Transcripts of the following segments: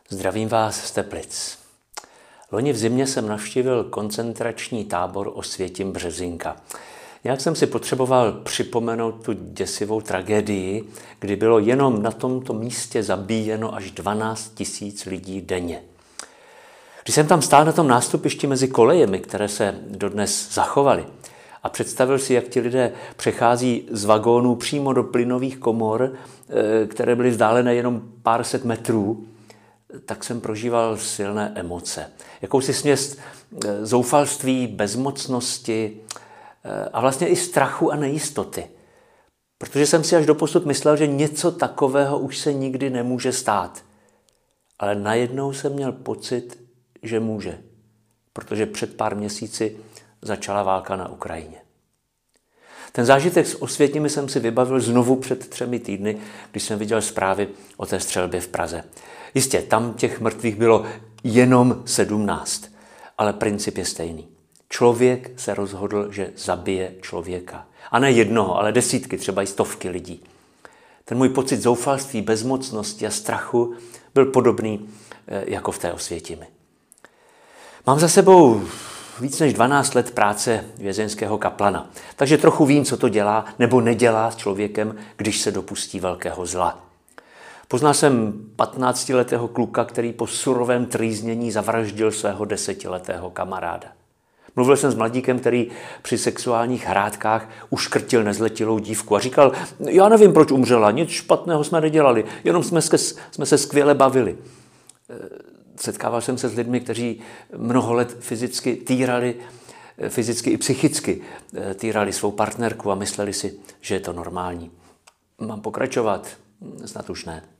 Zdravím vás z Teplic. Loni v zimě jsem navštívil koncentrační tábor Osvětim-Březinka. Nějak jsem si potřeboval připomenout tu děsivou tragédii, kdy bylo jenom na tomto místě zabíjeno až 12 000 lidí denně. Když jsem tam stál na tom nástupišti mezi kolejemi, které se dodnes zachovaly, a představil si, jak ti lidé přechází z vagónů přímo do plynových komor, které byly vzdálené jenom pár set metrů, tak jsem prožíval silné emoce. Jakousi směs zoufalství, bezmocnosti a vlastně i strachu a nejistoty. Protože jsem si až doposud myslel, že něco takového už se nikdy nemůže stát. Ale najednou jsem měl pocit, že může. Protože před pár měsíci začala válka na Ukrajině. Ten zážitek s Osvětimi jsem si vybavil znovu před 3 týdny, když jsem viděl zprávy o té střelbě v Praze. Jistě, tam těch mrtvých bylo jenom 17, ale princip je stejný. Člověk se rozhodl, že zabije člověka. A ne jednoho, ale desítky, třeba i stovky lidí. Ten můj pocit zoufalství, bezmocnosti a strachu byl podobný jako v té Osvětimi. Mám za sebou víc než 12 let práce vězeňského kaplana, takže trochu vím, co to dělá nebo nedělá s člověkem, když se dopustí velkého zla. Poznal jsem 15letého kluka, který po surovém trýznění zavraždil svého 10letého kamaráda. Mluvil jsem s mladíkem, který při sexuálních hrádkách uškrtil nezletilou dívku a říkal, já nevím, proč umřela, nic špatného jsme nedělali, jenom jsme se skvěle bavili. Setkával jsem se s lidmi, kteří mnoho let fyzicky týrali, fyzicky i psychicky týrali svou partnerku a mysleli si, že je to normální. Mám pokračovat? Snad už ne.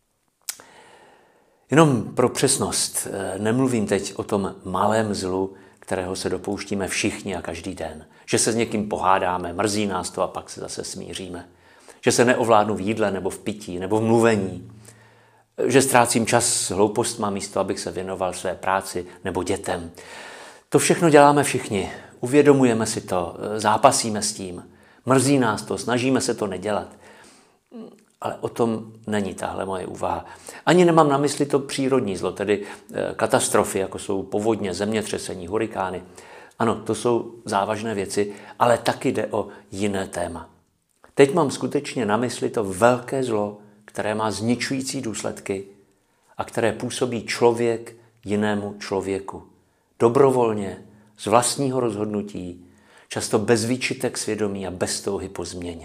Jenom pro přesnost, nemluvím teď o tom malém zlu, kterého se dopouštíme všichni a každý den. Že se s někým pohádáme, mrzí nás to a pak se zase smíříme. Že se neovládnu v jídle nebo v pití nebo v mluvení. Že ztrácím čas s hloupostma místo, abych se věnoval své práci nebo dětem. To všechno děláme všichni. Uvědomujeme si to, zápasíme s tím. Mrzí nás to, snažíme se to nedělat. Ale o tom není tahle moje úvaha. Ani nemám na mysli to přírodní zlo, tedy katastrofy, jako jsou povodně, zemětřesení, hurikány. Ano, to jsou závažné věci, ale taky jde o jiné téma. Teď mám skutečně na mysli to velké zlo, které má zničující důsledky a které působí člověk jinému člověku. Dobrovolně, z vlastního rozhodnutí, často bez výčitek svědomí a bez touhy po změně.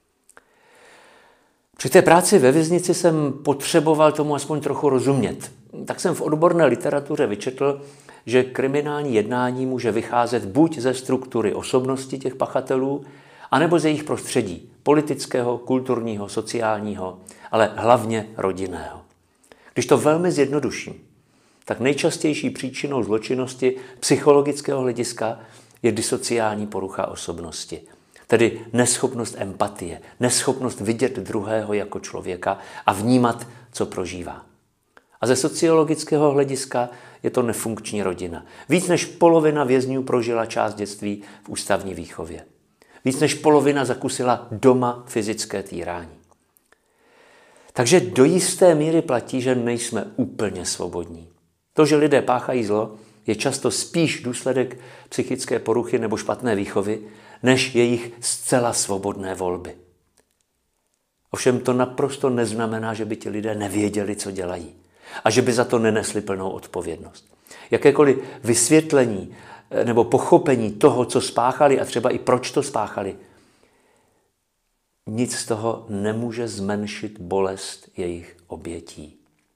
Při té práci ve věznici jsem potřeboval tomu aspoň trochu rozumět. Tak jsem v odborné literatuře vyčetl, že kriminální jednání může vycházet buď ze struktury osobnosti těch pachatelů, anebo ze jejich prostředí, politického, kulturního, sociálního, ale hlavně rodinného. Když to velmi zjednoduším, tak nejčastější příčinou zločinnosti psychologického hlediska je disociální porucha osobnosti. Tedy neschopnost empatie, neschopnost vidět druhého jako člověka a vnímat, co prožívá. A ze sociologického hlediska je to nefunkční rodina. Víc než polovina vězňů prožila část dětství v ústavní výchově. Víc než polovina zakusila doma fyzické týrání. Takže do jisté míry platí, že nejsme úplně svobodní. To, že lidé páchají zlo, je často spíš důsledek psychické poruchy nebo špatné výchovy, než jejich zcela svobodné volby. Ovšem to naprosto neznamená, že by ti lidé nevěděli, co dělají a že by za to nenesli plnou odpovědnost. Jakékoliv vysvětlení nebo pochopení toho, co spáchali a třeba i proč to spáchali, nic z toho nemůže zmenšit bolest jejich obětí.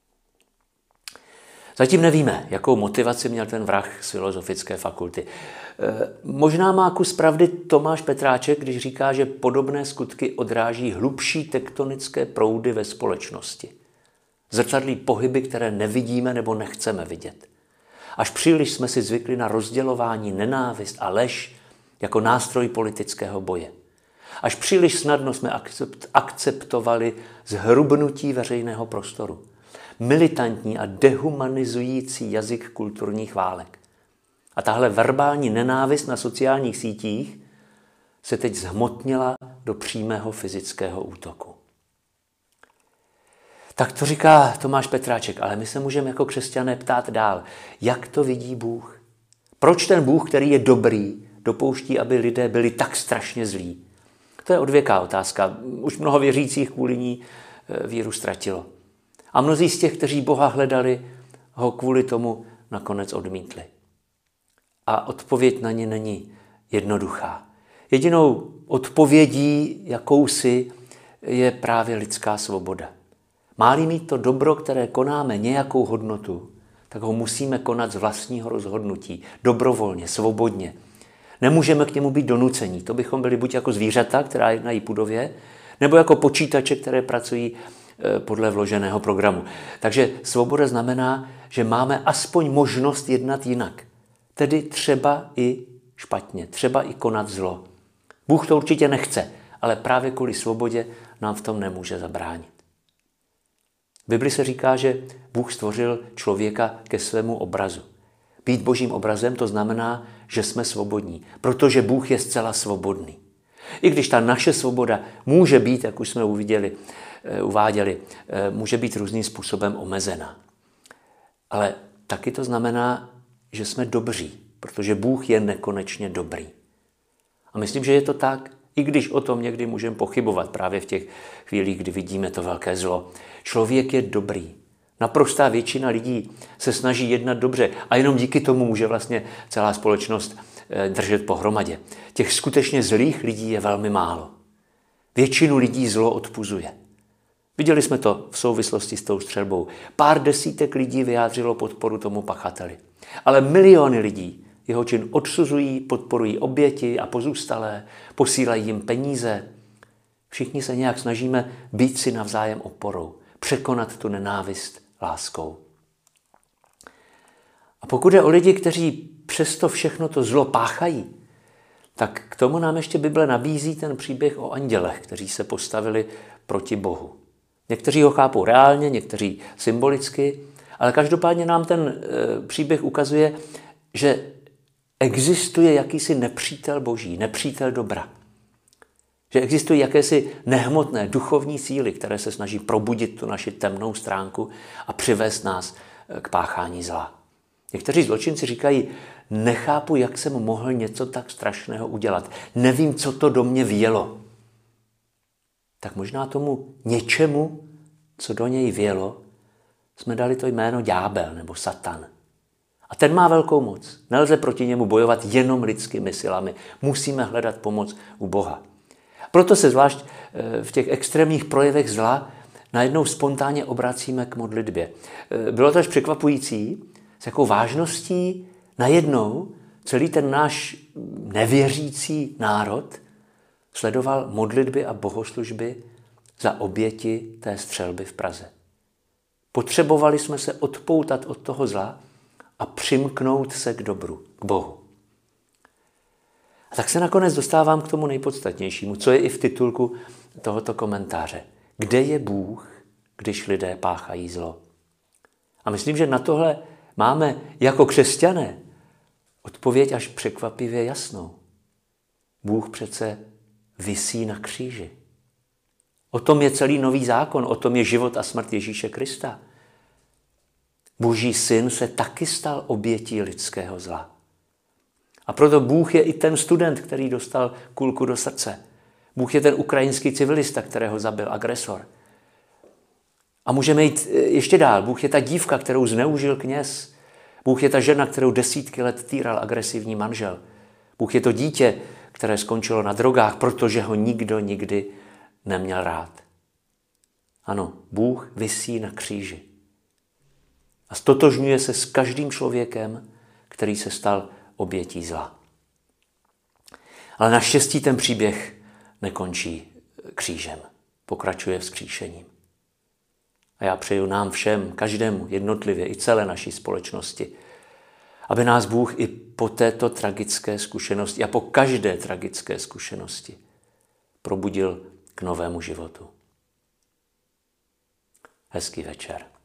Zatím nevíme, jakou motivaci měl ten vrah z Filozofické fakulty. Možná má kus pravdy Tomáš Petráček, když říká, že podobné skutky odráží hlubší tektonické proudy ve společnosti. Zrcadlí pohyby, které nevidíme nebo nechceme vidět. Až příliš jsme si zvykli na rozdělování, nenávist a lež jako nástroj politického boje. Až příliš snadno jsme akceptovali zhrubnutí veřejného prostoru. Militantní a dehumanizující jazyk kulturních válek. A tahle verbální nenávist na sociálních sítích se teď zhmotnila do přímého fyzického útoku. Tak to říká Tomáš Petráček, ale my se můžeme jako křesťané ptát dál, jak to vidí Bůh? Proč ten Bůh, který je dobrý, dopouští, aby lidé byli tak strašně zlí? To je odvěká otázka. Už mnoho věřících kvůli ní víru ztratilo. A mnozí z těch, kteří Boha hledali, ho kvůli tomu nakonec odmítli. A odpověď na ně není jednoduchá. Jedinou odpovědí jakousi je právě lidská svoboda. Má-li mít to dobro, které konáme, nějakou hodnotu, tak ho musíme konat z vlastního rozhodnutí, dobrovolně, svobodně. Nemůžeme k němu být donucení. To bychom byli buď jako zvířata, která jednají pudově, nebo jako počítače, které pracují podle vloženého programu. Takže svoboda znamená, že máme aspoň možnost jednat jinak. Tedy třeba i špatně, třeba i konat zlo. Bůh to určitě nechce, ale právě kvůli svobodě nám v tom nemůže zabránit. V Bibli se říká, že Bůh stvořil člověka ke svému obrazu. Být Božím obrazem to znamená, že jsme svobodní, protože Bůh je zcela svobodný. I když ta naše svoboda může být, jak už jsme uváděli, může být různým způsobem omezena. Ale taky to znamená, že jsme dobří, protože Bůh je nekonečně dobrý. A myslím, že je to tak, i když o tom někdy můžeme pochybovat právě v těch chvílích, kdy vidíme to velké zlo. Člověk je dobrý. Naprostá většina lidí se snaží jednat dobře a jenom díky tomu může vlastně celá společnost držet pohromadě. Těch skutečně zlých lidí je velmi málo. Většinu lidí zlo odpuzuje. Viděli jsme to v souvislosti s tou střelbou. Pár desítek lidí vyjádřilo podporu tomu pachateli. Ale miliony lidí jeho čin odsuzují, podporují oběti a pozůstalé, posílají jim peníze. Všichni se nějak snažíme být si navzájem oporou, překonat tu nenávist láskou. A pokud je o lidi, kteří přesto všechno to zlo páchají, tak k tomu nám ještě Bible nabízí ten příběh o andělech, kteří se postavili proti Bohu. Někteří ho chápou reálně, někteří symbolicky, ale každopádně nám ten příběh ukazuje, že existuje jakýsi nepřítel boží, nepřítel dobra. Že existují jakési nehmotné duchovní síly, které se snaží probudit tu naši temnou stránku a přivést nás k páchání zla. Někteří zločinci říkají, nechápu, jak jsem mohl něco tak strašného udělat. Nevím, co to do mě vjelo. Tak možná tomu něčemu, co do něj vjelo, jsme dali to jméno ďábel nebo satan. A ten má velkou moc. Nelze proti němu bojovat jenom lidskými silami. Musíme hledat pomoc u Boha. Proto se zvlášť v těch extrémních projevech zla najednou spontánně obracíme k modlitbě. Bylo to až překvapující, s jakou vážností najednou celý ten náš nevěřící národ sledoval modlitby a bohoslužby za oběti té střelby v Praze. Potřebovali jsme se odpoutat od toho zla a přimknout se k dobru, k Bohu. A tak se nakonec dostávám k tomu nejpodstatnějšímu, co je i v titulku tohoto komentáře. Kde je Bůh, když lidé páchají zlo? A myslím, že na tohle máme jako křesťané odpověď až překvapivě jasnou. Bůh přece visí na kříži. O tom je celý nový zákon, o tom je život a smrt Ježíše Krista. Boží syn se taky stal obětí lidského zla. A proto Bůh je i ten student, který dostal kulku do srdce. Bůh je ten ukrajinský civilista, kterého zabil agresor. A můžeme jít ještě dál. Bůh je ta dívka, kterou zneužil kněz. Bůh je ta žena, kterou desítky let týral agresivní manžel. Bůh je to dítě, které skončilo na drogách, protože ho nikdo nikdy neměl rád. Ano, Bůh visí na kříži. A stotožňuje se s každým člověkem, který se stal obětí zla. Ale naštěstí ten příběh nekončí křížem. Pokračuje vzkříšením. A já přeju nám všem, každému jednotlivě i celé naší společnosti, aby nás Bůh i po této tragické zkušenosti a po každé tragické zkušenosti probudil k novému životu. Hezký večer.